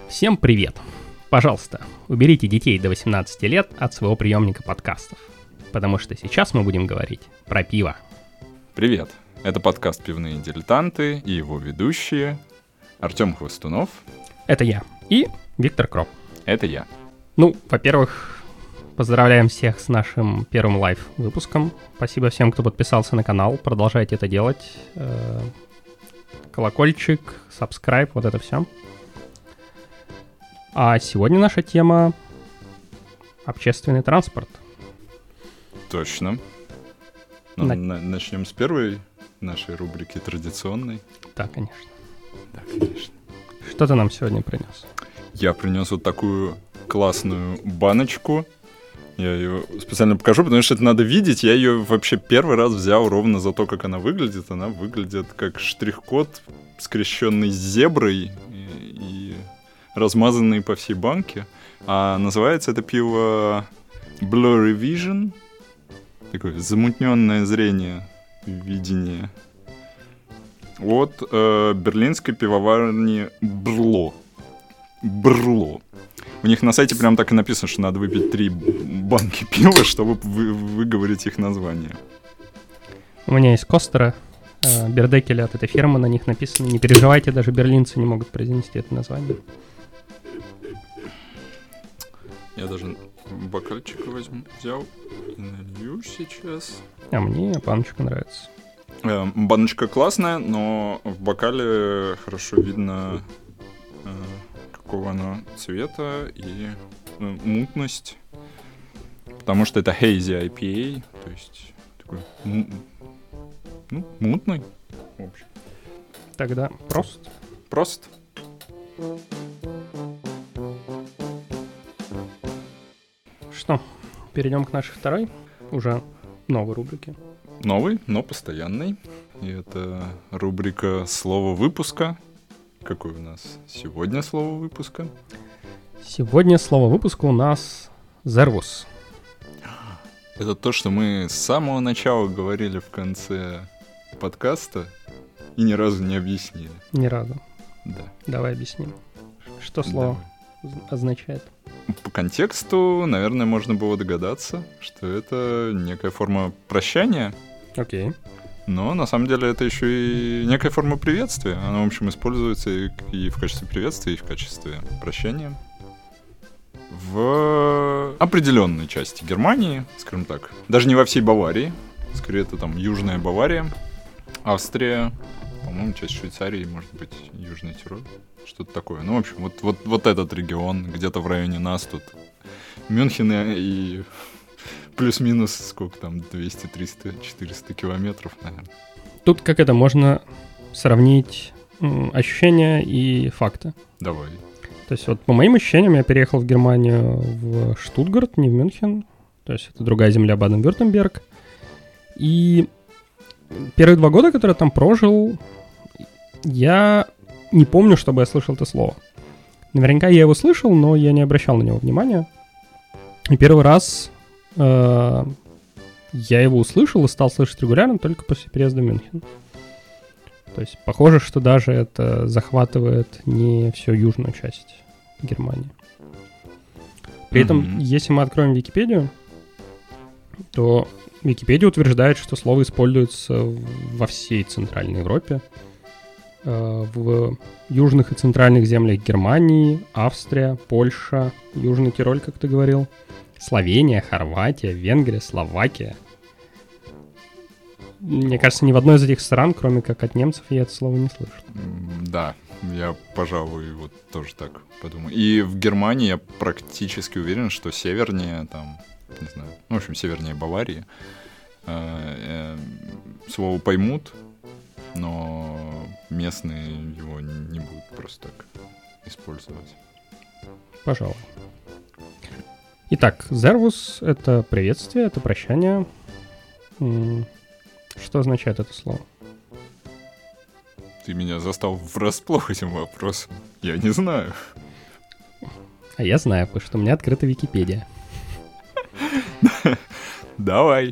Всем привет! Пожалуйста, уберите детей до 18 лет от своего приемника подкастов, потому что сейчас мы будем говорить про пиво. Привет! Это подкаст «Пивные дилетанты» и его ведущие Артем Хвостунов. Это я. И Виктор Кроп. Это я. Ну, во-первых, поздравляем всех с нашим первым лайв-выпуском. Спасибо всем, кто подписался на канал. Продолжайте это делать. Колокольчик, subscribe, вот это все. А сегодня наша тема — общественный транспорт. Точно. Начнем с первой нашей рубрики традиционной. Да, конечно. Да, конечно. Что ты нам сегодня принес? Я принес вот такую классную баночку. Я ее специально покажу, потому что это надо видеть. Я ее вообще первый раз взял ровно за то, как она выглядит. Она выглядит как штрих-код, скрещенный с зеброй и размазанный по всей банке. А называется это пиво Blurry Vision. Такое замутненное зрение, видение. От берлинской пивоварни Брло. У них на сайте прям так и написано, что надо выпить 3 банки пива, чтобы выговорить их название. У меня есть костеры, бердекели от этой фирмы, на них написано. Не переживайте, даже берлинцы не могут произнести это название. Я даже бокальчик взял и налью сейчас. А мне баночка нравится. Баночка классная, но в бокале хорошо видно, какого она цвета и мутность. Потому что это hazy IPA, то есть такой мутный, в общем. Тогда прост. Прост. Что, перейдем к нашей второй, уже новой рубрике. Новый, но постоянный. И это рубрика «Слово выпуска». Какое у нас сегодня слово выпуска? Сегодня слово выпуска у нас «зервус». Это то, что мы с самого начала говорили в конце подкаста и ни разу не объяснили. Ни разу. Да. Давай объясним, что слово означает. По контексту, наверное, можно было догадаться, что это некая форма прощания. Окей. Но на самом деле это еще и некая форма приветствия. Она, в общем, используется и в качестве приветствия, и в качестве прощания. В определенной части Германии, скажем так, даже не во всей Баварии, скорее это там Южная Бавария, Австрия, по-моему, часть Швейцарии, может быть, Южный Тироль, что-то такое. Ну, в общем, вот этот регион, где-то в районе нас тут, Мюнхен и плюс-минус, сколько там, 200, 300, 400 километров, наверное. Тут как это, можно сравнить ощущения и факты. Давай. То есть вот по моим ощущениям я переехал в Германию в Штутгарт, не в Мюнхен. То есть это другая земля, Баден-Вюртемберг. И первые 2 года, которые я там прожил, я не помню, чтобы я слышал это слово. Наверняка я его слышал, но я не обращал на него внимания. И первый раз я его услышал и стал слышать регулярно только после переезда в Мюнхен. То есть похоже, что даже это захватывает не всю южную часть Германии. При этом, если мы откроем Википедию, то Википедия утверждает, что слово используется во всей Центральной Европе, в южных и центральных землях Германии, Австрия, Польша, Южный Тироль, как ты говорил, Словения, Хорватия, Венгрия, Словакия. Мне кажется, ни в одной из этих стран, кроме как от немцев, я это слово не слышу. Да, я, пожалуй, вот тоже так подумаю. И в Германии я практически уверен, что севернее, там, не знаю, ну, в общем, севернее Баварии слово поймут, но местные его не будут просто так использовать. Пожалуй. Итак, «зервус» — это приветствие, это прощание. Что означает это слово? Ты меня застал врасплох этим вопросом. Я не знаю. А я знаю, потому что у меня открыта Википедия. Давай.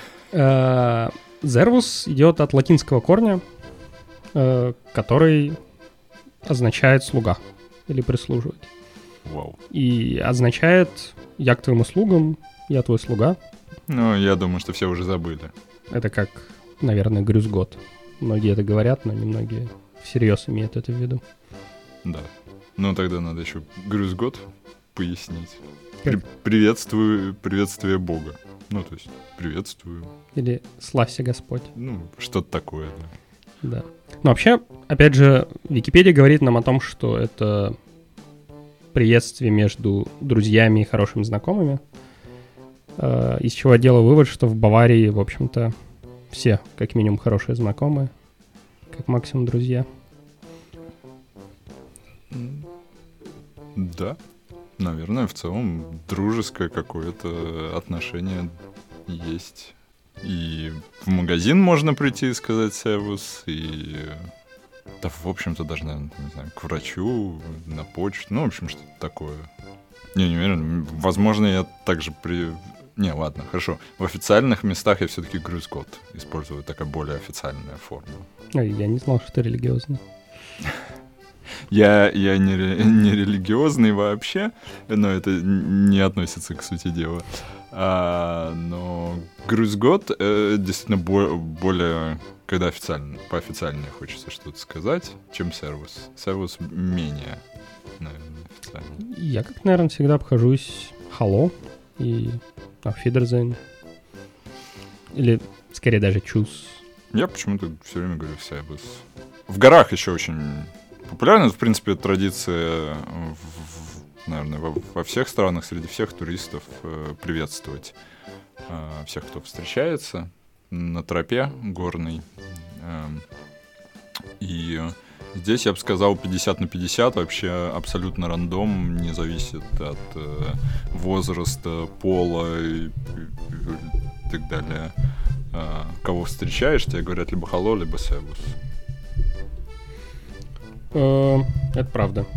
«Зервус» идет от латинского корня, который означает «слуга». или прислуживать. Вау. И означает «я к твоим услугам, я твой слуга». Ну, я думаю, что все уже забыли. Это как, наверное, грюзгот. Многие это говорят, но немногие всерьез имеют это в виду. Да. Ну, тогда надо еще грюзгот пояснить. Приветствие Бога. Ну, то есть, приветствую. Или «славься Господь». Ну, что-то такое, да. Да. Но вообще, опять же, Википедия говорит нам о том, что это приветствие между друзьями и хорошими знакомыми, из чего я делаю вывод, что в Баварии, в общем-то, все, как минимум, хорошие знакомые, как максимум друзья. Да, наверное, в целом дружеское какое-то отношение есть. И в магазин можно прийти и сказать «сервус», и да, в общем-то, даже, наверное, не знаю, к врачу, на почту, ну, в общем, что-то такое. Не уверен, возможно, я также Не, ладно, хорошо. В официальных местах я все-таки грюзгот использую, такая более официальная форма. Я не знал, что ты религиозный. Я не религиозный вообще, но это не относится к сути дела. Но грюзгот действительно более, когда поофициальнее хочется что-то сказать, чем сервус. Сервус менее, наверное, официальный. Я, как, наверное, всегда обхожусь «халло» и «auf Wiedersehen». Или, скорее, даже «чус». Я почему-то все время говорю «сервус». В горах еще очень популярна, в принципе, традиция, наверное, во всех странах, среди всех туристов приветствовать всех, кто встречается на тропе горной. И здесь, я бы сказал, 50/50, вообще абсолютно рандом, не зависит от возраста, пола и так далее. Кого встречаешь, тебе говорят либо «халло», либо «сервус». Это правда.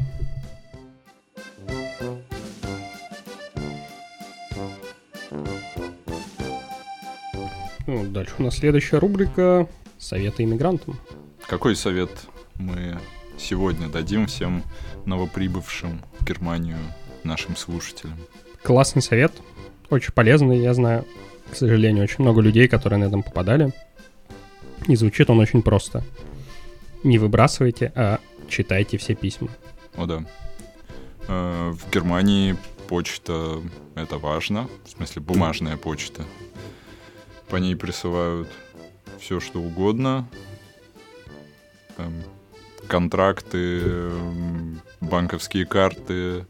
Ну, дальше у нас следующая рубрика «Советы иммигрантам». Какой совет мы сегодня дадим всем новоприбывшим в Германию нашим слушателям? Классный совет, очень полезный. Я знаю, к сожалению, очень много людей, которые на этом попадали. И звучит он очень просто. Не выбрасывайте, а читайте все письма. О, да. В Германии почта — это важно. В смысле, бумажная почта. По ней присылают все, что угодно. Контракты, банковские карты.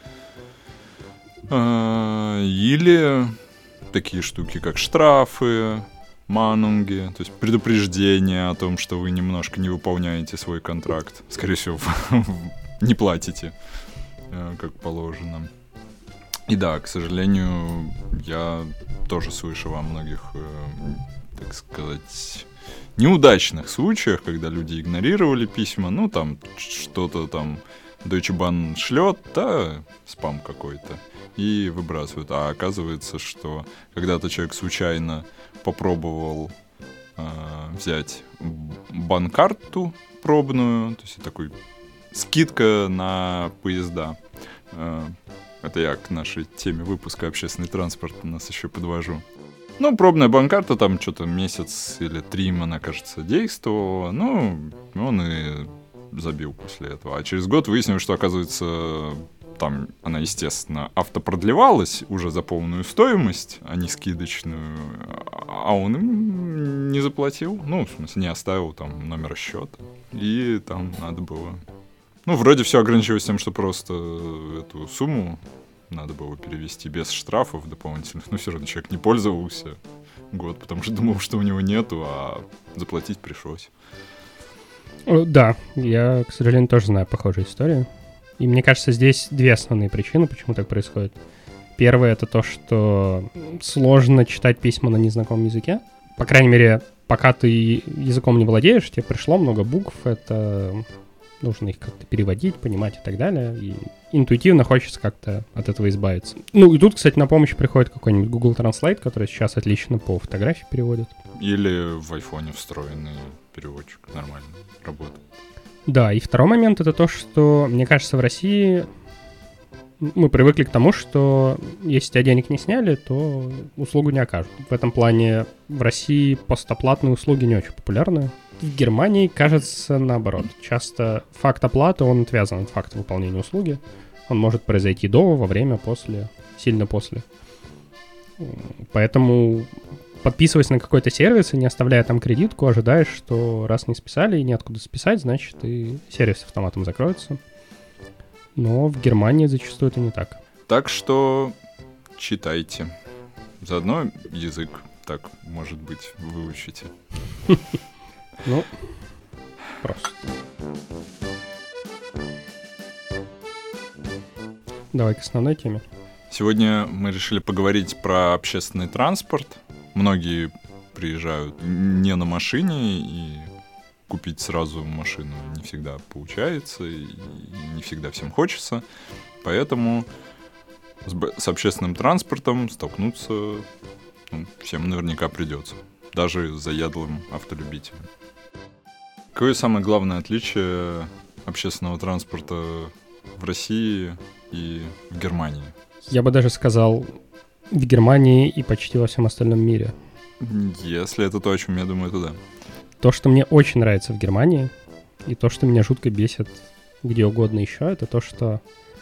Или такие штуки, как штрафы, манунги, то есть предупреждение о том, что вы немножко не выполняете свой контракт. Скорее всего, не платите, как положено. И да, к сожалению, я тоже слышал о многих, так сказать, неудачных случаях, когда люди игнорировали письма, ну, там, что-то там Deutsche Bahn шлет, да, спам какой-то, и выбрасывают. А оказывается, что когда-то человек случайно попробовал взять банкарту пробную, то есть такой скидка на поезда. Это я к нашей теме выпуска «Общественный транспорт» нас еще подвожу. Ну, пробная банкарта, там что-то месяц или 3, она, кажется, действовала. Ну, он и забил после этого. А через год выяснилось, что, оказывается, там она, естественно, автопродлевалась уже за полную стоимость, а не скидочную. А он им не заплатил. Ну, в смысле, не оставил там номера счета. И там надо было... Ну, вроде все ограничивалось тем, что просто эту сумму надо было перевести без штрафов дополнительных. Но все равно человек не пользовался год, потому что думал, что у него нету, а заплатить пришлось. Да, я, к сожалению, тоже знаю похожую историю. И мне кажется, здесь две основные причины, почему так происходит. Первое — это то, что сложно читать письма на незнакомом языке. По крайней мере, пока ты языком не владеешь, тебе пришло много букв, это... Нужно их как-то переводить, понимать и так далее. И интуитивно хочется как-то от этого избавиться. Ну и тут, кстати, на помощь приходит какой-нибудь Google Translate, который сейчас отлично по фотографии переводит. Или в айфоне встроенный переводчик нормально работает. Да, и второй момент — это то, что, мне кажется, в России мы привыкли к тому, что если тебя денег не сняли, то услугу не окажут. В этом плане в России постоплатные услуги не очень популярны. В Германии, кажется, наоборот. Часто факт оплаты, он отвязан от факта выполнения услуги. Он может произойти до, во время, после, сильно после. Поэтому, подписываясь на какой-то сервис и не оставляя там кредитку, ожидаешь, что раз не списали и неоткуда списать, значит и сервис автоматом закроется. Но в Германии зачастую это не так. Так что читайте. Заодно язык так, может быть, выучите. Ну, просто. Давай к основной теме. Сегодня мы решили поговорить про общественный транспорт. Многие приезжают не на машине, и купить сразу машину не всегда получается, и не всегда всем хочется. Поэтому с общественным транспортом столкнуться всем наверняка придется. Даже заядлым автолюбителям. Какое самое главное отличие общественного транспорта в России и в Германии? Я бы даже сказал, в Германии и почти во всем остальном мире. Если это то, о чем я думаю, то да. То, что мне очень нравится в Германии, и то, что меня жутко бесит где угодно еще, это то, что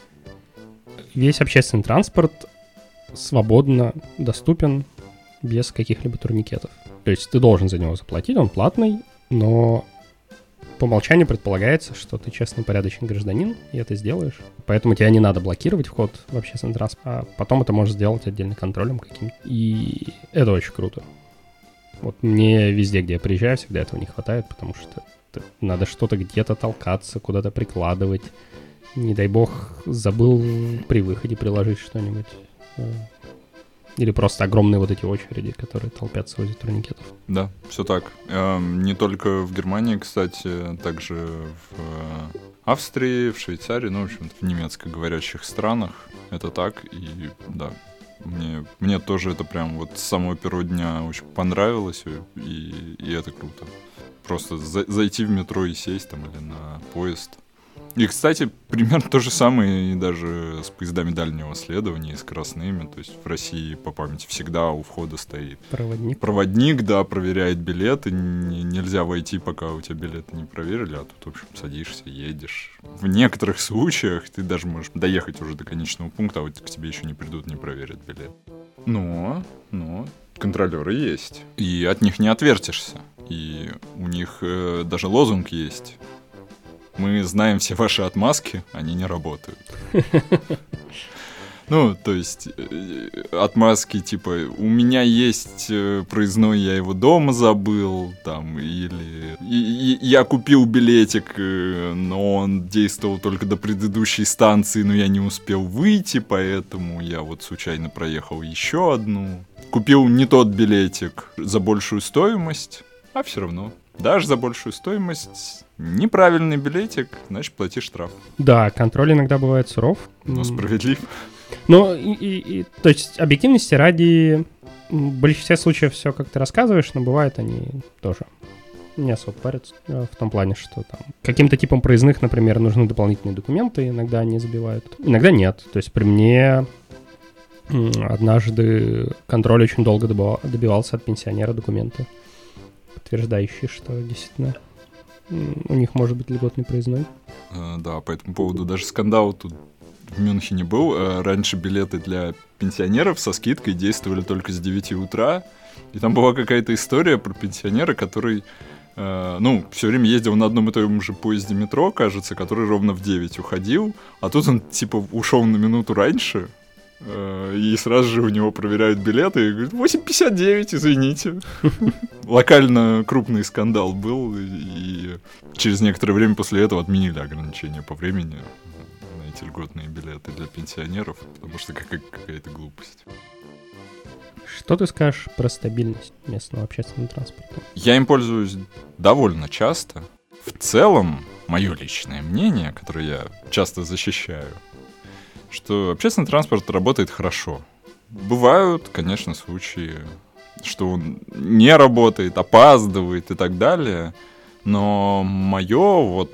весь общественный транспорт свободно доступен без каких-либо турникетов. То есть ты должен за него заплатить, он платный, но по умолчанию предполагается, что ты честный, порядочный гражданин, и это сделаешь. Поэтому тебе не надо блокировать вход в общественный транспорт, а потом это можешь сделать отдельно контролем каким-то. И это очень круто. Вот мне везде, где я приезжаю, всегда этого не хватает, потому что надо что-то где-то толкаться, куда-то прикладывать. Не дай бог, забыл при выходе приложить что-нибудь. Или просто огромные вот эти очереди, которые толпятся возле турникетов. Да, все так. Не только в Германии, кстати, также в Австрии, в Швейцарии, ну, в общем-то, в немецкоговорящих странах это так. И да, мне тоже это прям вот с самого первого дня очень понравилось, и это круто. Просто зайти в метро и сесть там или на поезд. И, кстати, примерно то же самое и даже с поездами дальнего следования и с скоростными. То есть в России по памяти всегда у входа стоит проводник, да, проверяет билеты. Нельзя войти, пока у тебя билеты не проверили, а тут, в общем, садишься, едешь. В некоторых случаях ты даже можешь доехать уже до конечного пункта, а вот к тебе еще не придут, не проверят билет. Но контролеры есть. И от них не отвертишься. И у них даже лозунг есть. Мы знаем все ваши отмазки, они не работают. Ну, то есть, отмазки типа «у меня есть проездной, я его дома забыл», там, или «я купил билетик, но он действовал только до предыдущей станции, но я не успел выйти, поэтому я вот случайно проехал еще одну». Купил не тот билетик за большую стоимость, а все равно. Даже за большую стоимость неправильный билетик, значит, плати штраф. Да, контроль иногда бывает суров. Но справедлив. Ну, то есть, объективности ради, в большинстве случаев все, как ты рассказываешь, но бывает они тоже не особо парятся. В том плане, что там каким-то типом проездных, например, нужны дополнительные документы, иногда они забивают, иногда нет. То есть при мне однажды контроль очень долго добивался от пенсионера документы, подтверждающие, что действительно у них может быть льготный проездной. Да, по этому поводу даже скандал тут в Мюнхене был. Раньше билеты для пенсионеров со скидкой действовали только с 9 утра. И там была какая-то история про пенсионера, который, все время ездил на одном и том же поезде метро, кажется, который ровно в 9 уходил. А тут он, типа, ушел на минуту раньше. И сразу же у него проверяют билеты и говорят: 8:59, извините. Локально крупный скандал был, и через некоторое время после этого отменили ограничения по времени на эти льготные билеты для пенсионеров, потому что какая-то глупость. Что ты скажешь про стабильность местного общественного транспорта? Я им пользуюсь довольно часто. В целом, мое личное мнение, которое я часто защищаю, что общественный транспорт работает хорошо. Бывают, конечно, случаи, что он не работает, опаздывает и так далее, но мое вот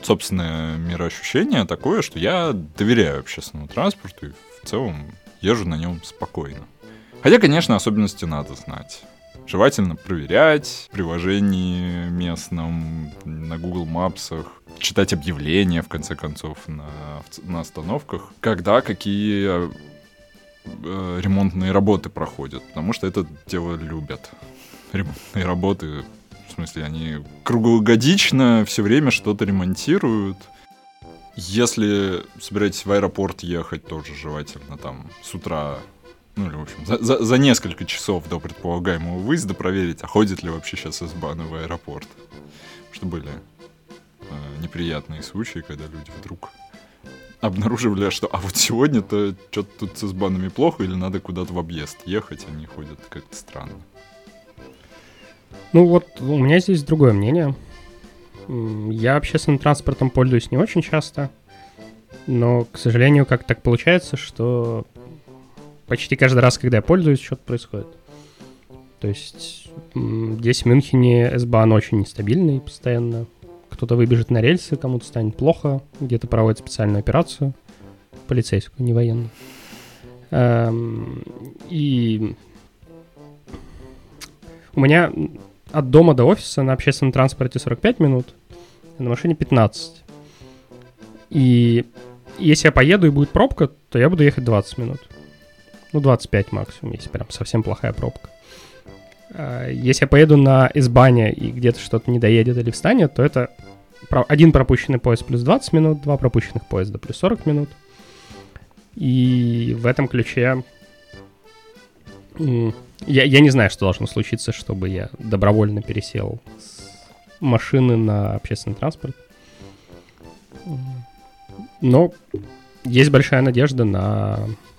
собственное мироощущение такое, что я доверяю общественному транспорту и в целом езжу на нем спокойно. Хотя, конечно, особенности надо знать. Желательно проверять в приложении местном, на Google Maps, читать объявления, в конце концов, на остановках, когда какие ремонтные работы проходят, потому что это дело любят. Ремонтные работы, в смысле, они круглогодично все время что-то ремонтируют. Если собираетесь в аэропорт ехать, тоже желательно там с утра, ну или, в общем, за несколько часов до предполагаемого выезда проверить, а ходит ли вообще сейчас S-баны в аэропорт. Потому что были неприятные случаи, когда люди вдруг обнаруживали, что а вот сегодня-то что-то тут с S-банами плохо, или надо куда-то в объезд ехать, они ходят как-то странно. Ну вот у меня здесь другое мнение. Я общественным транспортом пользуюсь не очень часто, но, к сожалению, как так получается, что почти каждый раз, когда я пользуюсь, что-то происходит. То есть здесь в Мюнхене S-бан очень нестабильный постоянно. Кто-то выбежит на рельсы, кому-то станет плохо, где-то проводят специальную операцию, полицейскую, не военную. И у меня от дома до офиса на общественном транспорте 45 минут, а на машине 15. И если я поеду и будет пробка, то я буду ехать 20 минут. Ну, 25 максимум, если прям совсем плохая пробка. Если я поеду на S-бане и где-то что-то не доедет или встанет, то это один пропущенный поезд плюс 20 минут, два пропущенных поезда плюс 40 минут. И в этом ключе я не знаю, что должно случиться, чтобы я добровольно пересел с машины на общественный транспорт. Но есть большая надежда на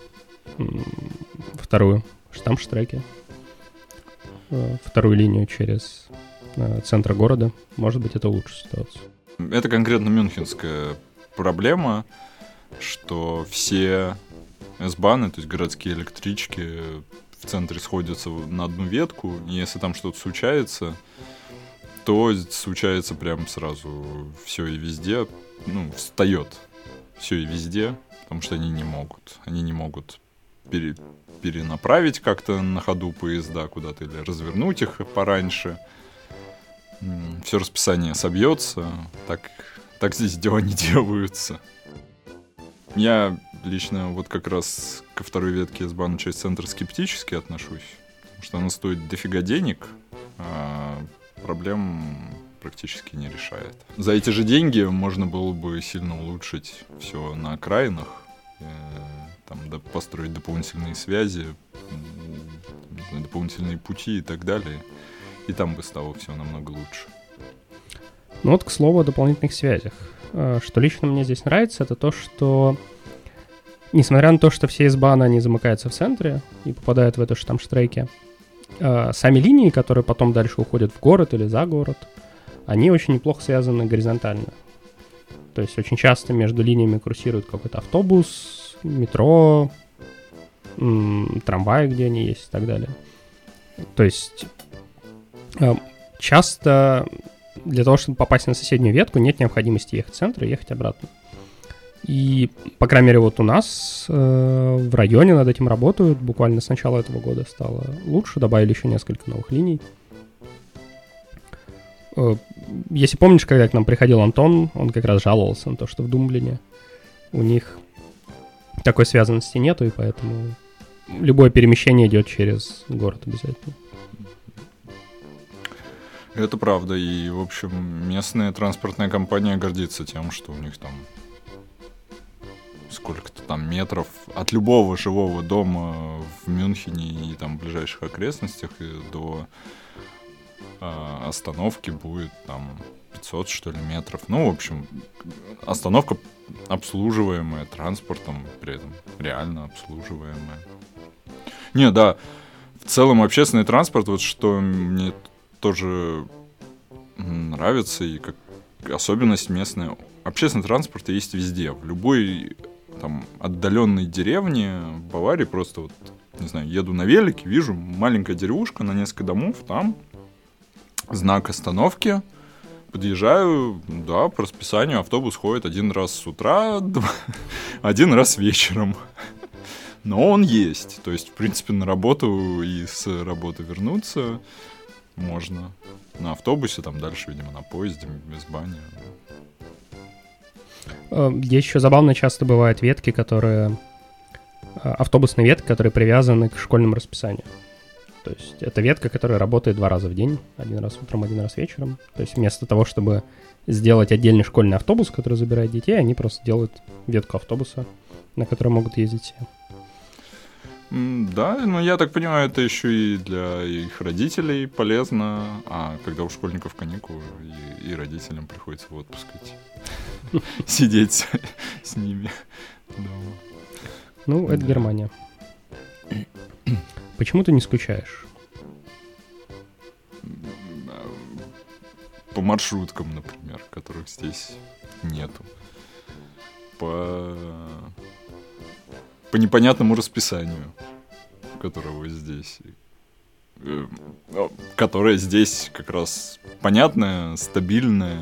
вторую Штаммштреке, вторую линию через центр города. Может быть, это улучшит ситуацию. Это конкретно мюнхенская проблема, что все S-баны, то есть городские электрички, в центре сходятся на одну ветку, и если там что-то случается, то случается прям сразу все и везде, ну, встает все и везде, потому что они не могут перенаправить как-то на ходу поезда куда-то или развернуть их пораньше. Все расписание собьется, так здесь дела не делаются. Я лично вот как раз ко второй ветке S-бана через центр скептически отношусь, потому что она стоит дофига денег, а проблем практически не решает. За эти же деньги можно было бы сильно улучшить все на окраинах, там, построить дополнительные связи, дополнительные пути и так далее, и там бы стало все намного лучше. Ну вот, к слову, о дополнительных связях. Что лично мне здесь нравится, это то, что несмотря на то, что все S-баны, они замыкаются в центре и попадают в эту Штаммштреке, сами линии, которые потом дальше уходят в город или за город, они очень неплохо связаны горизонтально. То есть очень часто между линиями курсирует какой-то автобус, метро, трамвай, где они есть и так далее. То есть часто для того, чтобы попасть на соседнюю ветку, нет необходимости ехать в центр и ехать обратно. И, по крайней мере, вот у нас в районе над этим работают. Буквально с начала этого года стало лучше. Добавили еще несколько новых линий. Если помнишь, когда к нам приходил Антон, он как раз жаловался на то, что в Думблине у них такой связанности нету, и поэтому любое перемещение идет через город обязательно. Это правда, и, в общем, местная транспортная компания гордится тем, что у них там сколько-то там метров от любого жилого дома в Мюнхене и там в ближайших окрестностях и до остановки будет там 500, что ли, метров. Ну, в общем, остановка обслуживаемая транспортом, при этом реально обслуживаемая. Не, да, в целом общественный транспорт, вот что мне тоже нравится, и как особенность местная, общественный транспорт есть везде, в любой там отдаленной деревне в Баварии. Просто вот, не знаю, еду на велике, вижу маленькая деревушка на несколько домов, там знак остановки, подъезжаю, да, по расписанию автобус ходит один раз с утра, один раз вечером. Но он есть. То есть, в принципе, на работу и с работы вернуться можно. На автобусе, там дальше, видимо, на поезде, без бани. Есть еще забавно, часто бывают ветки, которые... автобусные ветки, которые привязаны к школьному расписанию. То есть это ветка, которая работает 2 раза в день. 1 раз утром, 1 раз вечером. То есть вместо того, чтобы сделать отдельный школьный автобус, который забирает детей, они просто делают ветку автобуса, на которой могут ездить все. Да, но я так понимаю, это еще и для их родителей полезно. А когда у школьников каникулы, и родителям приходится в отпуск идти. Сидеть с ними дома. Ну, это Германия. Почему ты не скучаешь? По маршруткам, например, которых здесь нету. По непонятному расписанию, которого здесь... Которое здесь как раз понятное, стабильное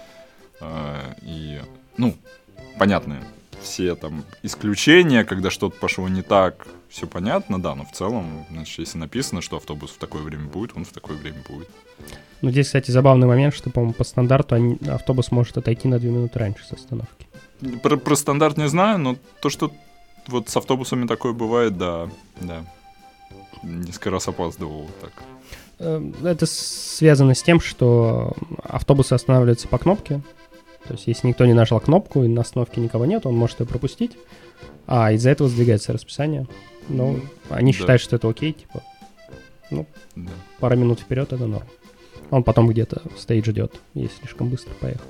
и, понятное. Все там исключения, когда что-то пошло не так, все понятно, да, но в целом, значит, если написано, что автобус в такое время будет, он в такое время будет. Ну, здесь, кстати, забавный момент, что, по-моему, по стандарту автобус может отойти на 2 минуты раньше с остановки. Про стандарт не знаю, но то, что вот с автобусами такое бывает, да. Несколько раз опаздывал так. Это связано с тем, что автобусы останавливаются по кнопке. То есть, если никто не нажал кнопку и на остановке никого нет, он может ее пропустить, а из-за этого сдвигается расписание. Но они считают, что это окей, типа, пара минут вперед — это норм. Он потом где-то стоит, ждет, если слишком быстро поехал.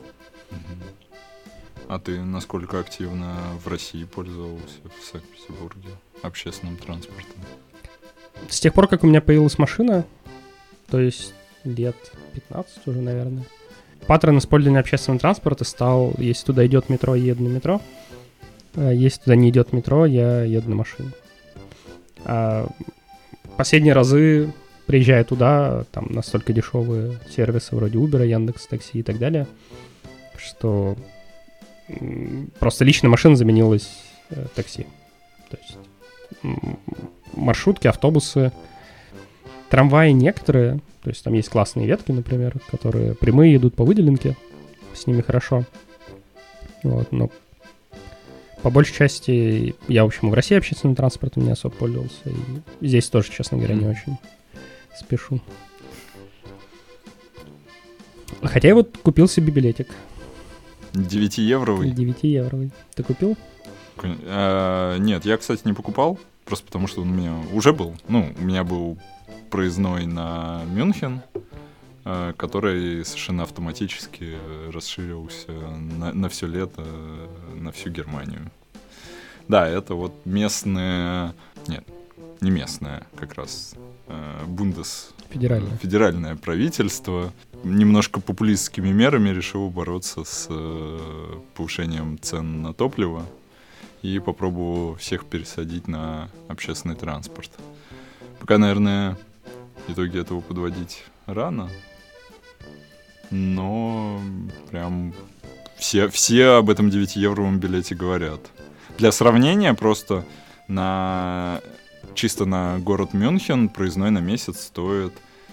А ты насколько активно в России пользовался, в Санкт-Петербурге, общественным транспортом? С тех пор, как у меня появилась машина, то есть лет 15 уже, наверное, паттерн использования общественного транспорта стал: если туда идет метро, я еду на метро, а если туда не идет метро, я еду на машине. А последние разы, приезжая туда, там настолько дешевые сервисы вроде Uber, Яндекс.Такси и так далее, что просто личная машина заменилась такси. То есть маршрутки, автобусы, трамваи некоторые, то есть там есть классные ветки, например, которые прямые, идут по выделенке, с ними хорошо. Вот, но по большей части я, в общем, в России общественным транспортом не особо пользовался, и здесь тоже, честно говоря, не очень спешу. Хотя я вот купил себе билетик. 9-евровый? 9-евровый. Ты купил? Нет, я, кстати, не покупал, просто потому что он у меня уже был. Ну, у меня был проездной на Мюнхен, который совершенно автоматически расширился на все лето, на всю Германию. Да, это вот местное... Нет, не местное, как раз федеральное правительство немножко популистскими мерами решило бороться с повышением цен на топливо и попробовал всех пересадить на общественный транспорт. Пока, наверное, итоги этого подводить рано, но прям все об этом 9-евровом билете говорят. Для сравнения, просто чисто на город Мюнхен проездной на месяц стоит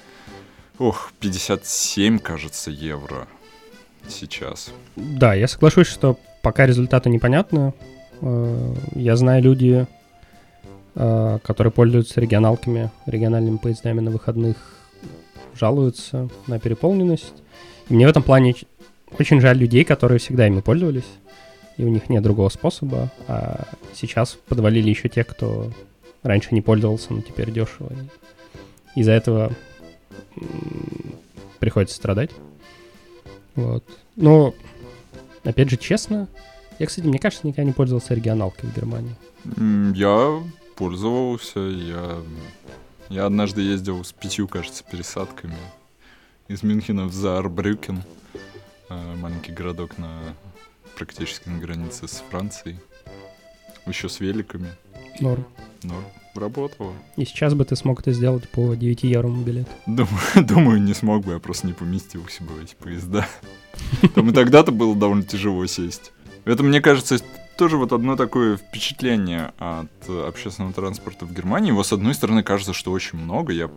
57, кажется, евро сейчас. Да, я соглашусь, что пока результаты непонятны. Я знаю люди, которые пользуются региональными поездами на выходных, жалуются на переполненность. И мне в этом плане очень жаль людей, которые всегда ими пользовались, и у них нет другого способа. А сейчас подвалили еще те, кто раньше не пользовался, но теперь дешево. И из-за этого приходится страдать. Вот. Но, опять же, честно, я, кстати, мне кажется, никогда не пользовался регионалкой в Германии. Я пользовался. Я однажды ездил с 5, кажется, пересадками из Мюнхена в Заарбрюкен, маленький городок практически на границе с Францией. Еще с великами. Норм. работало. И сейчас бы ты смог это сделать по 9 евровому билету. Думаю, не смог бы, я просто не поместился бы в эти поезда. Там и тогда-то было довольно тяжело сесть. Это, мне кажется, тоже вот одно такое впечатление от общественного транспорта в Германии. Его, с одной стороны, кажется, что очень много. Я,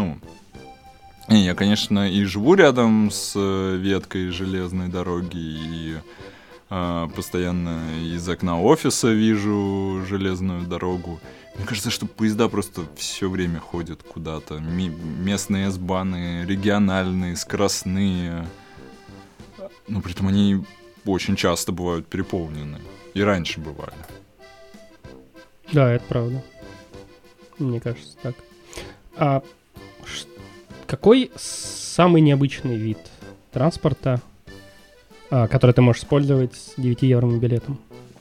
конечно, и живу рядом с веткой железной дороги, и постоянно из окна офиса вижу железную дорогу. Мне кажется, что поезда просто все время ходят куда-то. Местные S-баны, региональные, скоростные. Но при этом они очень часто бывают переполнены. И раньше бывали. Да, это правда. Мне кажется, так. А какой самый необычный вид транспорта, который ты можешь использовать с 9-евровым билетом?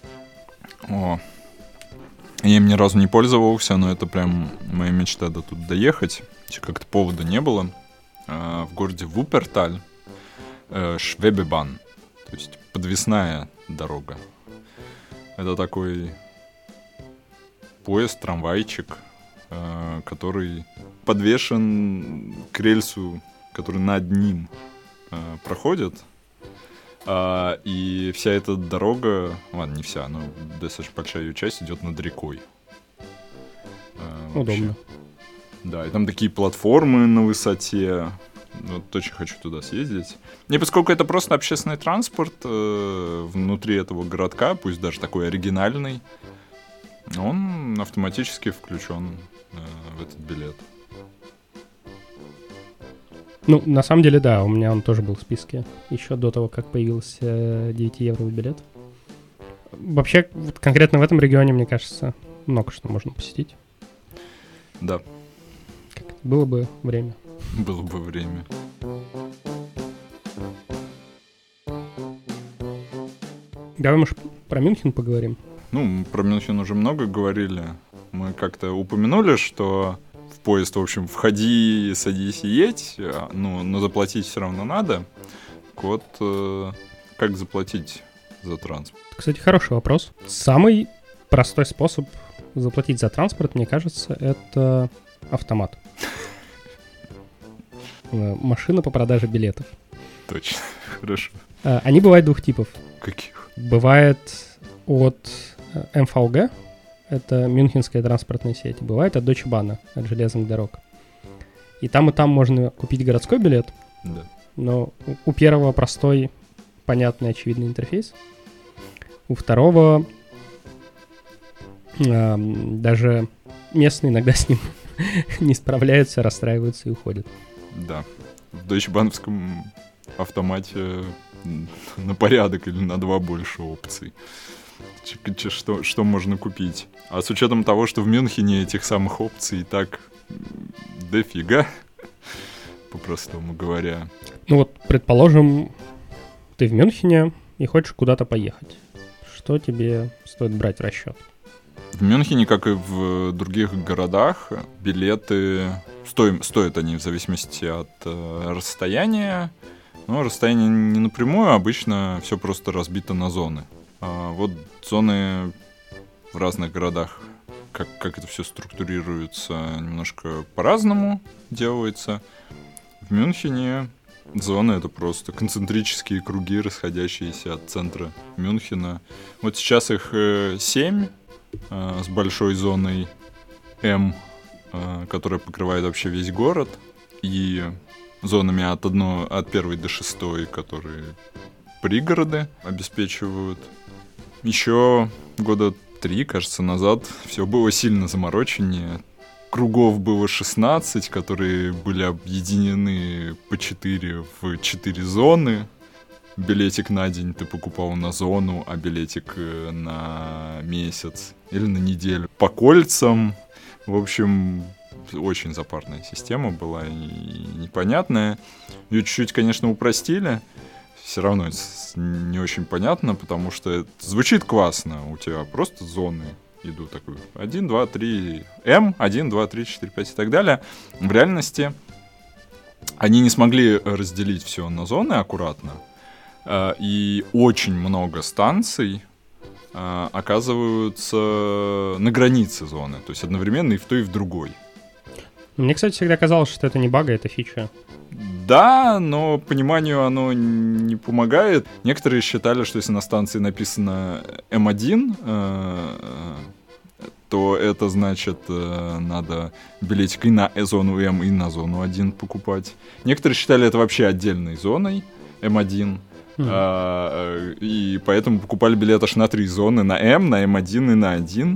Я им ни разу не пользовался, но это прям моя мечта до тут доехать. Как-то повода не было. В городе Вуперталь Швебебан, то есть подвесная дорога. Это такой поезд, трамвайчик, который подвешен к рельсу, который над ним проходит. И вся эта дорога, ладно, не вся, но достаточно большая ее часть идет над рекой. Удобно. Да, и там такие платформы на высоте. Вот очень хочу туда съездить. И поскольку это просто общественный транспорт внутри этого городка, пусть даже такой оригинальный, он автоматически включен в этот билет. На самом деле, да, у меня он тоже был в списке еще до того, как появился 9-евровый билет. Вообще, вот конкретно в этом регионе, мне кажется, много что можно посетить. Да. Было бы время. Было бы время. Давай, может, про Мюнхен поговорим? Про Мюнхен уже много говорили. Мы как-то упомянули, что в поезд, в общем, входи, садись и едь, но заплатить все равно надо. Вот как заплатить за транспорт? Кстати, хороший вопрос. Самый простой способ заплатить за транспорт, мне кажется, это автомат. Машина по продаже билетов. Точно, хорошо. Они бывают двух типов. Каких? Бывает от МВГ, это Мюнхенская транспортная сеть. Бывает от Deutsche Bahn, от железных дорог. И там можно купить городской билет. Да. Но у первого простой, понятный, очевидный интерфейс. У второго даже местные иногда с ним не справляются, расстраиваются и уходят. Да. В Deutsche Bahn'овском автомате на порядок или на 2 больше опций. Что можно купить. А с учетом того, что в Мюнхене этих самых опций и так дофига, по-простому говоря. Предположим, ты в Мюнхене и хочешь куда-то поехать. Что тебе стоит брать в расчет? В Мюнхене, как и в других городах, билеты стоят они в зависимости от расстояния. Но расстояние не напрямую, обычно все просто разбито на зоны. Вот зоны в разных городах, как это все структурируется, немножко по-разному делается. В Мюнхене зоны — это просто концентрические круги, расходящиеся от центра Мюнхена. Вот сейчас их 7 с большой зоной М, которая покрывает вообще весь город, и зонами от 1 до 6, которые пригороды обеспечивают. Еще года 3, кажется, назад все было сильно замороченнее. Кругов было 16, которые были объединены по 4 в 4 зоны. Билетик на день ты покупал на зону, а билетик на месяц или на неделю по кольцам. В общем, очень запарная система была и непонятная. Ее чуть-чуть, конечно, упростили. Все равно это не очень понятно, потому что это звучит классно. У тебя просто зоны идут такой 1, 2, 3, М, 1, 2, 3, 4, 5 и так далее. В реальности они не смогли разделить все на зоны аккуратно. И очень много станций оказываются на границе зоны. То есть одновременно и в той, и в другой. Мне, кстати, всегда казалось, что это не баг, а это фича. Да, но пониманию оно не помогает. Некоторые считали, что если на станции написано М1, то это значит, надо билетик и на зону М, и на зону 1 покупать. Некоторые считали это вообще отдельной зоной М1. И поэтому покупали билет аж на 3 зоны: на М, на М1 и на 1.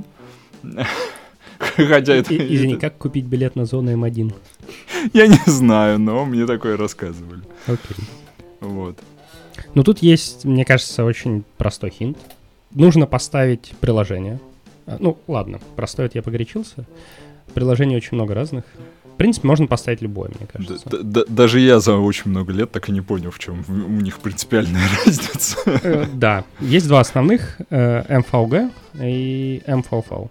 Хотя это... Извини, как купить билет на зону М1? Я не знаю, но мне такое рассказывали. Окей. Вот. Ну, тут есть, мне кажется, очень простой хинт. Нужно поставить приложение. Ну, ладно, простой это я погорячился. Приложений очень много разных. В принципе, можно поставить любое, мне кажется. Даже я за очень много лет так и не понял, в чем у них принципиальная разница. Да, есть два основных, MVG и MVV.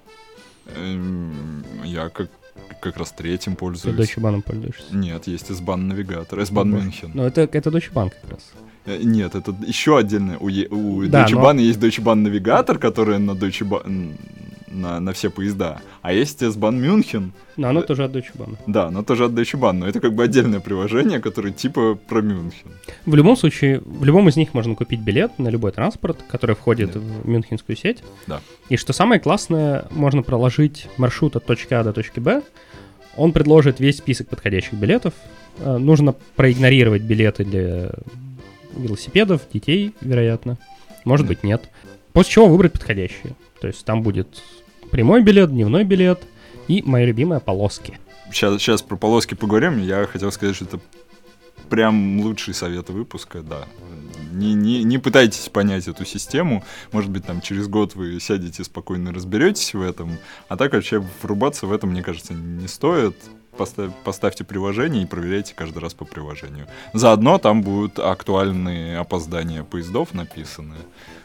Я как раз третьим пользуюсь. Ты Deutsche Bahn пользуешься? Нет, есть S-Bahn навигатор, S-Bahn München. Ну, это Deutsche Bahn как раз. Нет, это еще отдельное. У Deutsche Bahn есть Deutsche Bahn навигатор, который на Deutsche Bahn... На все поезда. А есть S-Bahn München. Но оно тоже от Deutsche Bahn. Да, оно тоже от Deutsche Bahn, но это как бы отдельное приложение, которое типа про Мюнхен. В любом случае, в любом из них можно купить билет на любой транспорт, который входит в мюнхенскую сеть. Да. И что самое классное, можно проложить маршрут от точки А до точки Б. Он предложит весь список подходящих билетов. Нужно проигнорировать билеты для велосипедов, детей, вероятно. Может быть, нет. После чего выбрать подходящие. То есть там будет прямой билет, дневной билет и моя любимая полоски. Сейчас про полоски поговорим. Я хотел сказать, что это прям лучший совет выпуска, да. Не пытайтесь понять эту систему. Может быть, там через год вы сядете спокойно разберетесь в этом. А так вообще врубаться в это, мне кажется, не стоит. Поставьте приложение и проверяйте каждый раз по приложению. Заодно там будут актуальные опоздания поездов написаны.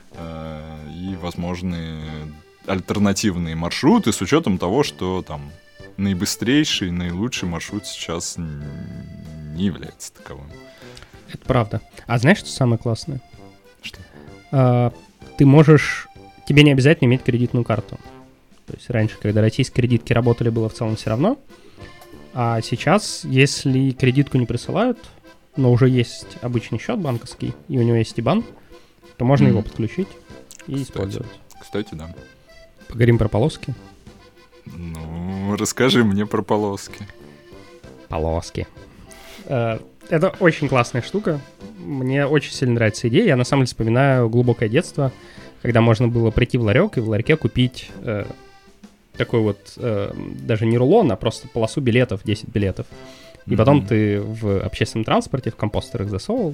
И возможные альтернативные маршруты с учетом того, что там наибыстрейший, наилучший маршрут сейчас не является таковым. Это правда. А знаешь, что самое классное? Что? Ты можешь... Тебе не обязательно иметь кредитную карту. То есть раньше, когда российские кредитки работали, было в целом все равно. А сейчас, если кредитку не присылают, но уже есть обычный счет банковский, и у него есть IBAN, то можно его подключить и использовать. Кстати, да. Поговорим про полоски. Ну, расскажи мне про полоски. Полоски. Это очень классная штука. Мне очень сильно нравится идея. Я на самом деле вспоминаю глубокое детство, когда можно было прийти в ларек и в ларьке купить такой вот, даже не рулон, а просто полосу билетов, 10 билетов. И потом ты в общественном транспорте, в компостер их засовывал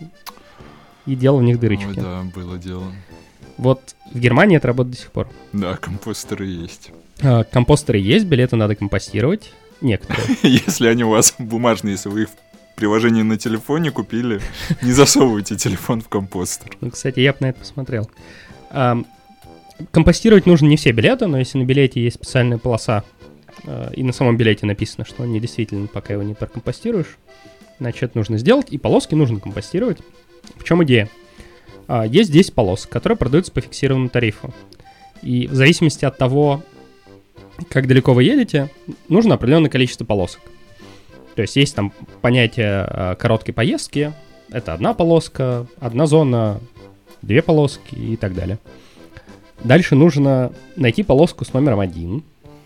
и делал в них дырочки. Ой, да, было дело. Вот в Германии это работает до сих пор. Да, компостеры есть. Компостеры есть, билеты надо компостировать. Некоторые. Если они у вас бумажные, если вы их в приложении на телефоне купили, не засовывайте телефон в компостер. Ну, кстати, я бы на это посмотрел. Компостировать нужно не все билеты, но если на билете есть специальная полоса, и на самом билете написано, что он недействителен, пока его не прокомпостируешь, значит, это нужно сделать, и полоски нужно компостировать. В чем идея? Есть 10 полосок, которые продаются по фиксированному тарифу. И в зависимости от того, как далеко вы едете, нужно определенное количество полосок. То есть есть там понятие короткой поездки, это одна полоска, одна зона, 2 полоски и так далее. Дальше нужно найти полоску с номером 1,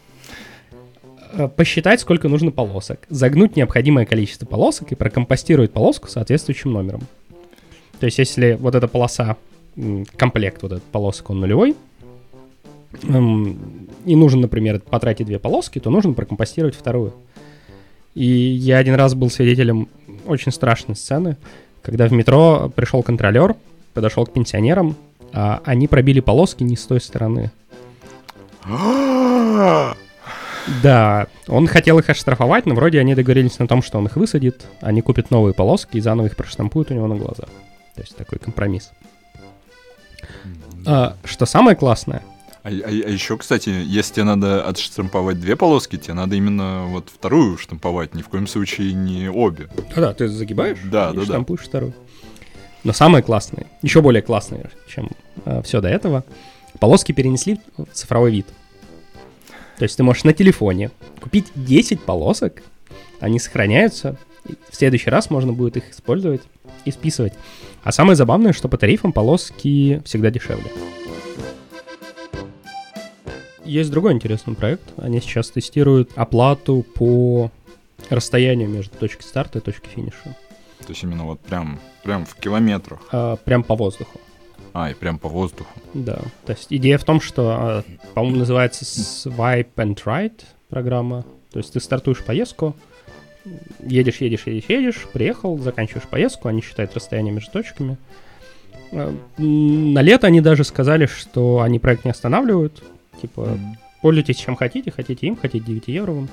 посчитать, сколько нужно полосок, загнуть необходимое количество полосок и прокомпостировать полоску соответствующим номером. То есть если вот эта полоса, комплект вот этот полосок, он нулевой, и нужно, например, потратить 2 полоски, то нужно прокомпостировать вторую. И я один раз был свидетелем очень страшной сцены, когда в метро пришел контролер, подошел к пенсионерам, а они пробили полоски не с той стороны. Да, он хотел их оштрафовать, но вроде они договорились на том, что он их высадит, они купят новые полоски и заново их проштампуют у него на глазах. То есть такой компромисс. Что самое классное? А еще, кстати, если тебе надо отштамповать 2 полоски, тебе надо именно вот вторую штамповать, ни в коем случае не обе. Да, ты загибаешь и штампуешь вторую. Но самое классное, еще более классное, чем все до этого, полоски перенесли в цифровой вид. То есть ты можешь на телефоне купить 10 полосок, они сохраняются, и в следующий раз можно будет их использовать и списывать. А самое забавное, что по тарифам полоски всегда дешевле. Есть другой интересный проект. Они сейчас тестируют оплату по расстоянию между точкой старта и точкой финиша. То есть именно вот прям в километрах? Прям по воздуху. И прям по воздуху. Да. То есть идея в том, что, по-моему, называется Swipe and Ride программа. То есть ты стартуешь поездку, едешь, приехал, заканчиваешь поездку, они считают расстояние между точками. На лето они даже сказали, что они проект не останавливают. Типа, пользуйтесь чем хотите им, хотите 9-евровым.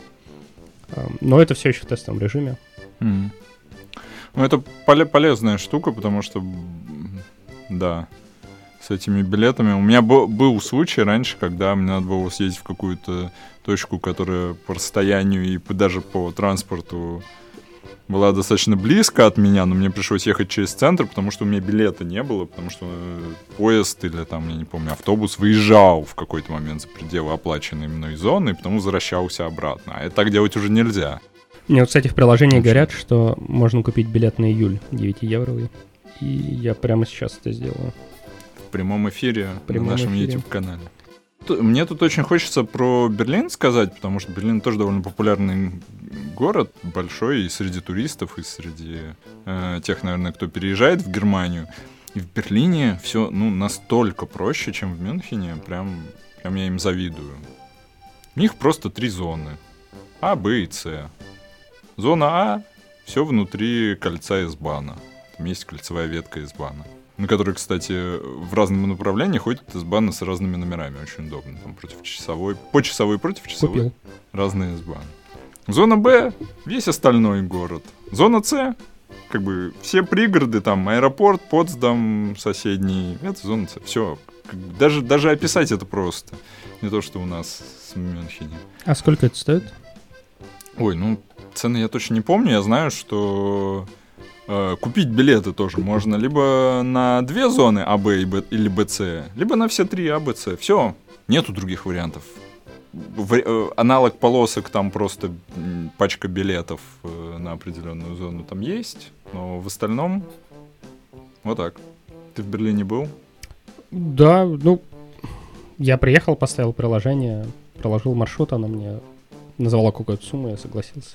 Но это все еще в тестовом режиме. Ну, это полезная штука, потому что, да, с этими билетами... У меня был случай раньше, когда мне надо было съездить в какую-то точку, которая по расстоянию и даже по транспорту была достаточно близко от меня, но мне пришлось ехать через центр, потому что у меня билета не было, потому что поезд или там, я не помню, автобус выезжал в какой-то момент за пределы оплаченной мной зоны, и потом возвращался обратно. А это так делать уже нельзя. Мне вот, кстати, в приложении говорят, что можно купить билет на июль 9-евровый, и я прямо сейчас это сделаю. В прямом эфире на нашем YouTube-канале. Мне тут очень хочется про Берлин сказать, потому что Берлин тоже довольно популярный город, большой и среди туристов, и среди тех, наверное, кто переезжает в Германию. И в Берлине все настолько проще, чем в Мюнхене, прям я им завидую. У них просто 3 зоны. А, Б и С. Зона А — все внутри кольца S-бана. Там есть кольцевая ветка S-бана, на которой, кстати, в разном направлении ходит S-баны с разными номерами. Очень удобно. Там против часовой, по часовой, против часовой. Купил. Разные S-баны. Зона Б — весь остальной город. Зона С — как бы все пригороды, там аэропорт, Потсдам соседний. Это зона С. Все. Даже описать это просто. Не то, что у нас в Мюнхене. А сколько это стоит? Ой, цены я точно не помню. Я знаю, что купить билеты тоже можно либо на 2 зоны АБ или БЦ, либо на все 3 А, БЦ. Все, нету других вариантов. Аналог полосок, там просто пачка билетов на определенную зону там есть, но в остальном вот так. Ты в Берлине был? Да, я приехал, поставил приложение, проложил маршрут, она мне назвала какую-то сумму, я согласился.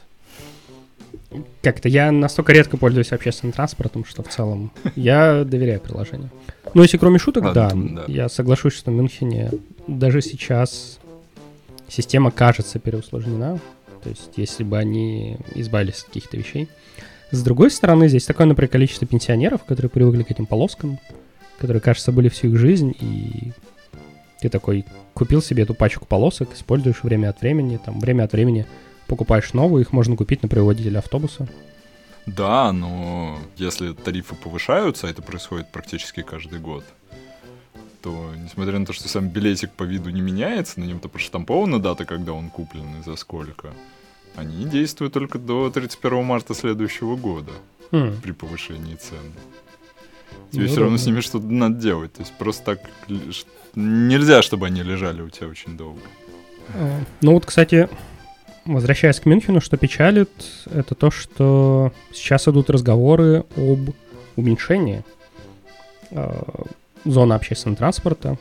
Как-то я настолько редко пользуюсь общественным транспортом, что в целом я доверяю приложению. Но если кроме шуток, да, я соглашусь, что в Мюнхене даже сейчас система кажется переусложнена. То есть если бы они избавились от каких-то вещей. С другой стороны, здесь такое, например, количество пенсионеров, которые привыкли к этим полоскам, которые, кажется, были всю их жизнь, и ты такой купил себе эту пачку полосок, используешь время от времени, покупаешь новую, их можно купить, например, у водителя автобуса. Да, но если тарифы повышаются, а это происходит практически каждый год, то, несмотря на то, что сам билетик по виду не меняется, на нем-то проштампована дата, когда он куплен и за сколько, они действуют только до 31 марта следующего года при повышении цен. Тебе все равно с ними что-то надо делать. То есть просто так нельзя, чтобы они лежали у тебя очень долго. Кстати, возвращаясь к Мюнхену, что печалит, это то, что сейчас идут разговоры об уменьшении зоны общественного транспорта.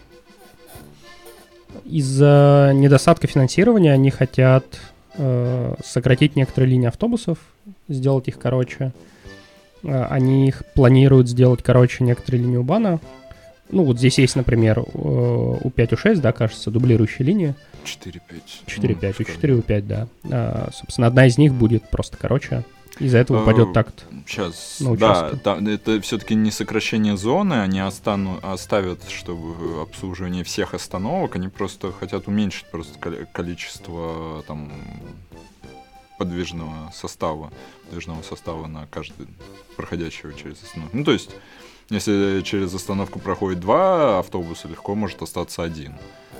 Из-за недостатка финансирования они хотят сократить некоторые линии автобусов, сделать их короче. Они их планируют сделать короче некоторые линии У-бана. Вот здесь есть, например, У5, У6, да, кажется, дублирующие линии. 4-5. 4-5, У4, У5, да. Собственно, одна из них будет просто короче. Из-за этого упадет такт. Сейчас, да, это все-таки не сокращение зоны, они оставят, чтобы обслуживание всех остановок, они просто хотят уменьшить просто количество там подвижного состава на каждый проходящего через остановку. То есть, если через остановку проходит 2 автобуса, легко может остаться 1.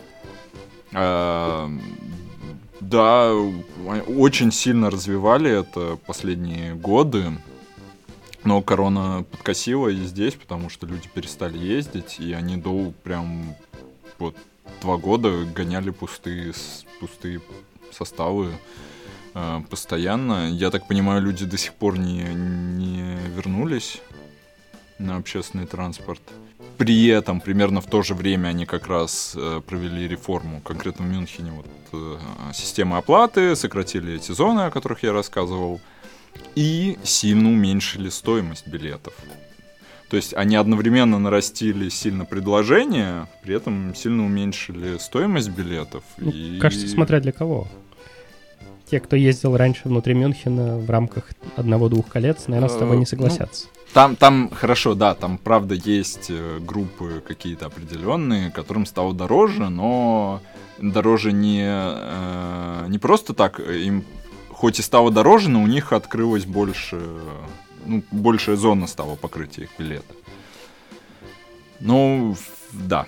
Да, очень сильно развивали это последние годы, но корона подкосила и здесь, потому что люди перестали ездить, и они прям вот 2 года гоняли пустые составы постоянно. Я так понимаю, люди до сих пор не вернулись на общественный транспорт. При этом примерно в то же время они как раз провели реформу, конкретно в Мюнхене, системы оплаты, сократили эти зоны, о которых я рассказывал, и сильно уменьшили стоимость билетов. То есть они одновременно нарастили сильно предложение, при этом сильно уменьшили стоимость билетов. Кажется, смотря для кого. Те, кто ездил раньше внутри Мюнхена в рамках 1-2 колец, наверное, с тобой не согласятся. Там хорошо, да, там правда есть группы какие-то определенные, которым стало дороже, но дороже не просто так, им хоть и стало дороже, но у них открылось большая зона стала покрытия их билета. Ну, да.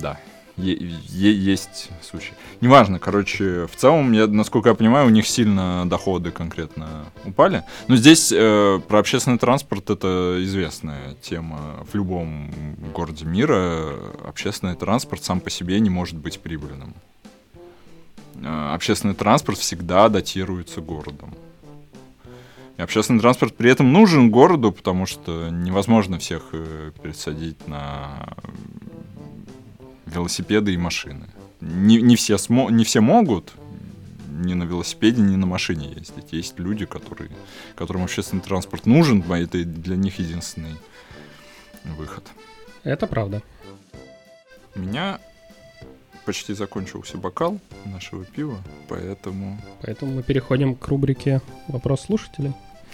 Есть случаи. Неважно, короче, в целом, насколько я понимаю, у них сильно доходы конкретно упали. Но здесь про общественный транспорт это известная тема. В любом городе мира общественный транспорт сам по себе не может быть прибыльным. Общественный транспорт всегда датируется городом. И общественный транспорт при этом нужен городу, потому что невозможно всех пересадить на велосипеды и машины. Не все могут ни на велосипеде, ни на машине ездить. Есть люди, которым общественный транспорт нужен, а это для них единственный выход. Это правда. У меня почти закончился бокал нашего пива, поэтому... Поэтому мы переходим к рубрике «Вопрос слушателя».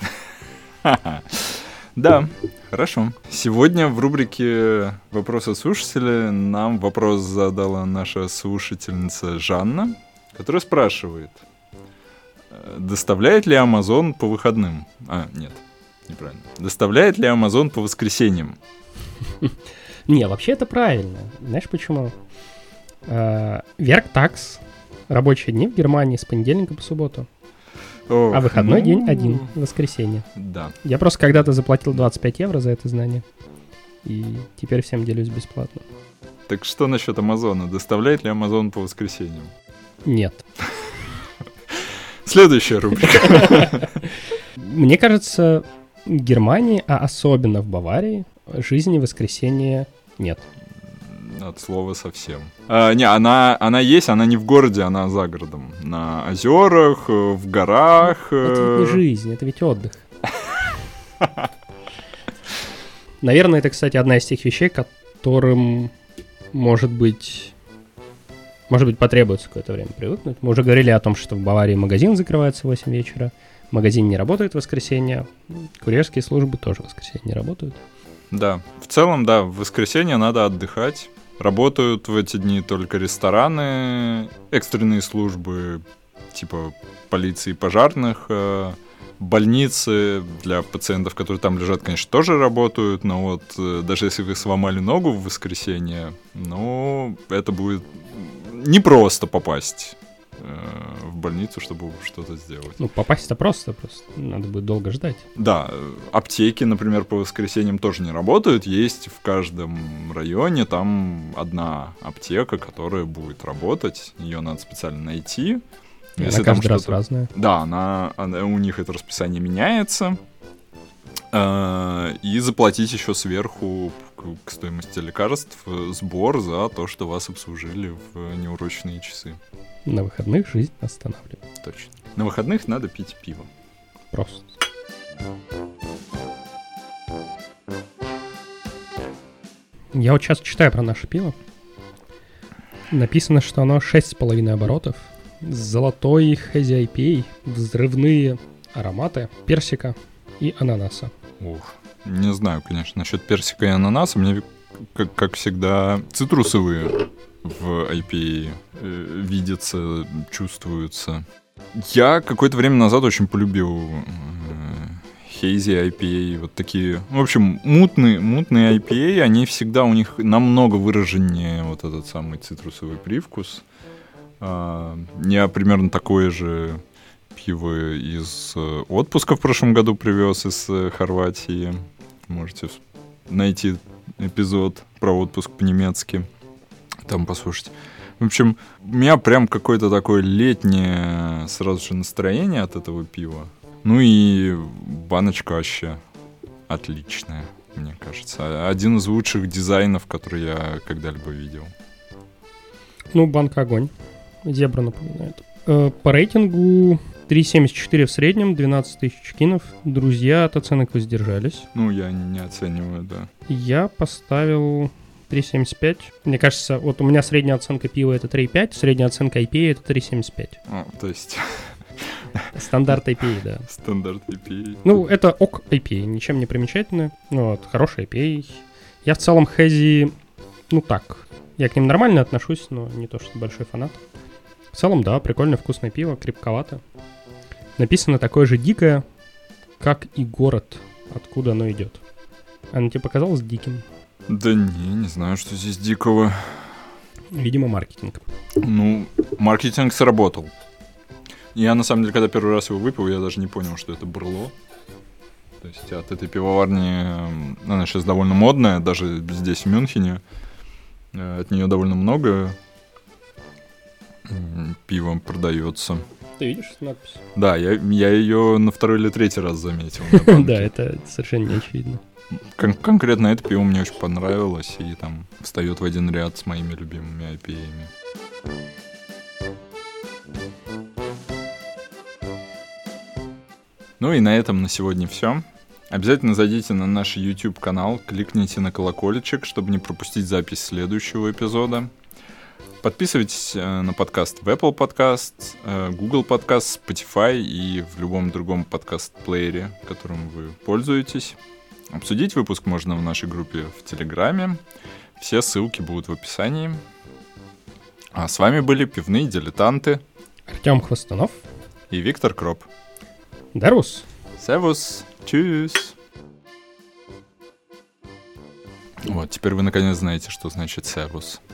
Да, хорошо. Сегодня в рубрике «Вопросы слушателя» нам вопрос задала наша слушательница Жанна, которая спрашивает, доставляет ли Amazon по выходным? Нет, неправильно. Доставляет ли Amazon по воскресеньям? Не, вообще это правильно. Знаешь почему? Werktags, рабочие дни в Германии с понедельника по субботу. А выходной день один, воскресенье. Да. Я просто когда-то заплатил 25 евро за это знание. И теперь всем делюсь бесплатно. Так что насчет Амазона? Доставляет ли Амазон по воскресеньям? Нет. Следующая рубрика. Мне кажется, в Германии, а особенно в Баварии, жизни в воскресенье нет. От слова совсем. Она есть, она не в городе, она за городом. На озерах, в горах. Это ведь не жизнь, это ведь отдых. Наверное, это, кстати, одна из тех вещей, которым, может быть, потребуется какое-то время привыкнуть. Мы уже говорили о том, что в Баварии магазин закрывается в 8 вечера, магазин не работает в воскресенье, курьерские службы тоже в воскресенье не работают. Да, в целом, да, в воскресенье надо отдыхать. Работают в эти дни только рестораны, экстренные службы типа полиции и пожарных, больницы для пациентов, которые там лежат, конечно, тоже работают, но вот даже если вы сломали ногу в воскресенье, это будет непросто попасть в больницу, чтобы что-то сделать. Попасть-то просто надо будет долго ждать. Да, аптеки, например, по воскресеньям тоже не работают. Есть в каждом районе там одна аптека, которая будет работать. Ее надо специально найти. Она каждый раз разная. Да, у них это расписание меняется. И заплатить еще сверху к стоимости лекарств сбор за то, что вас обслужили в неурочные часы. На выходных жизнь останавливает. Точно. На выходных надо пить пиво. Просто. Я вот сейчас читаю про наше пиво. Написано, что оно 6,5 оборотов. Золотой Hazy IPA, взрывные ароматы персика и ананаса. Не знаю, конечно, насчет персика и ананаса. Мне, как всегда, цитрусовые в IPA видятся, чувствуются. Я какое-то время назад очень полюбил Hazy IPA, вот такие, в общем, мутные IPA, они всегда, у них намного выраженнее вот этот самый цитрусовый привкус. Я примерно такое же пиво из отпуска в прошлом году привез из Хорватии. Можете найти эпизод про отпуск по-немецки. там послушать. В общем, у меня прям какое-то такое летнее сразу же настроение от этого пива. Ну и баночка вообще отличная, мне кажется. Один из лучших дизайнов, которые я когда-либо видел. Ну, банка огонь. Зебра напоминает. По рейтингу 3.74 в среднем, 12 тысяч кинов. Друзья от оценок воздержались. Ну, я не оцениваю, да. Я поставил 3.75. Мне кажется, вот у меня средняя оценка пива это 3.5, средняя оценка IPA это 3.75. То есть... Стандарт IPA, да. Стандарт IPA. Ну, это ок IPA, ничем не примечательное. Вот, хороший IPA. Я в целом хэзи, ну так, я к ним нормально отношусь, но не то, что большой фанат. В целом, да, прикольное вкусное пиво, крепковато. Написано такое же дикое, как и город, откуда оно идет. Оно тебе показалось диким? Да не знаю, что здесь дикого. Видимо, маркетинг. Ну, маркетинг сработал. Я, на самом деле, когда первый раз его выпил, я даже не понял, что это Бурло. То есть от этой пивоварни, она сейчас довольно модная, даже здесь, в Мюнхене. От нее довольно много пива продается. Ты видишь надпись? Да, я ее на второй или третий раз заметил. Да, это совершенно не очевидно. Конкретно это пиво мне очень понравилось, и там встает в один ряд с моими любимыми IPA-ами. Ну и на этом на сегодня все. Обязательно зайдите на наш YouTube-канал, кликните на колокольчик, чтобы не пропустить запись следующего эпизода. Подписывайтесь на подкаст в Apple Podcast, Google Podcast, Spotify и в любом другом подкаст-плеере, которым вы пользуетесь. Обсудить выпуск можно в нашей группе в Телеграме. Все ссылки будут в описании. А с вами были пивные дилетанты Артем Хвостунов и Виктор Кроп. Дарус. Servus. Tschüss. Вот, теперь вы наконец знаете, что значит servus.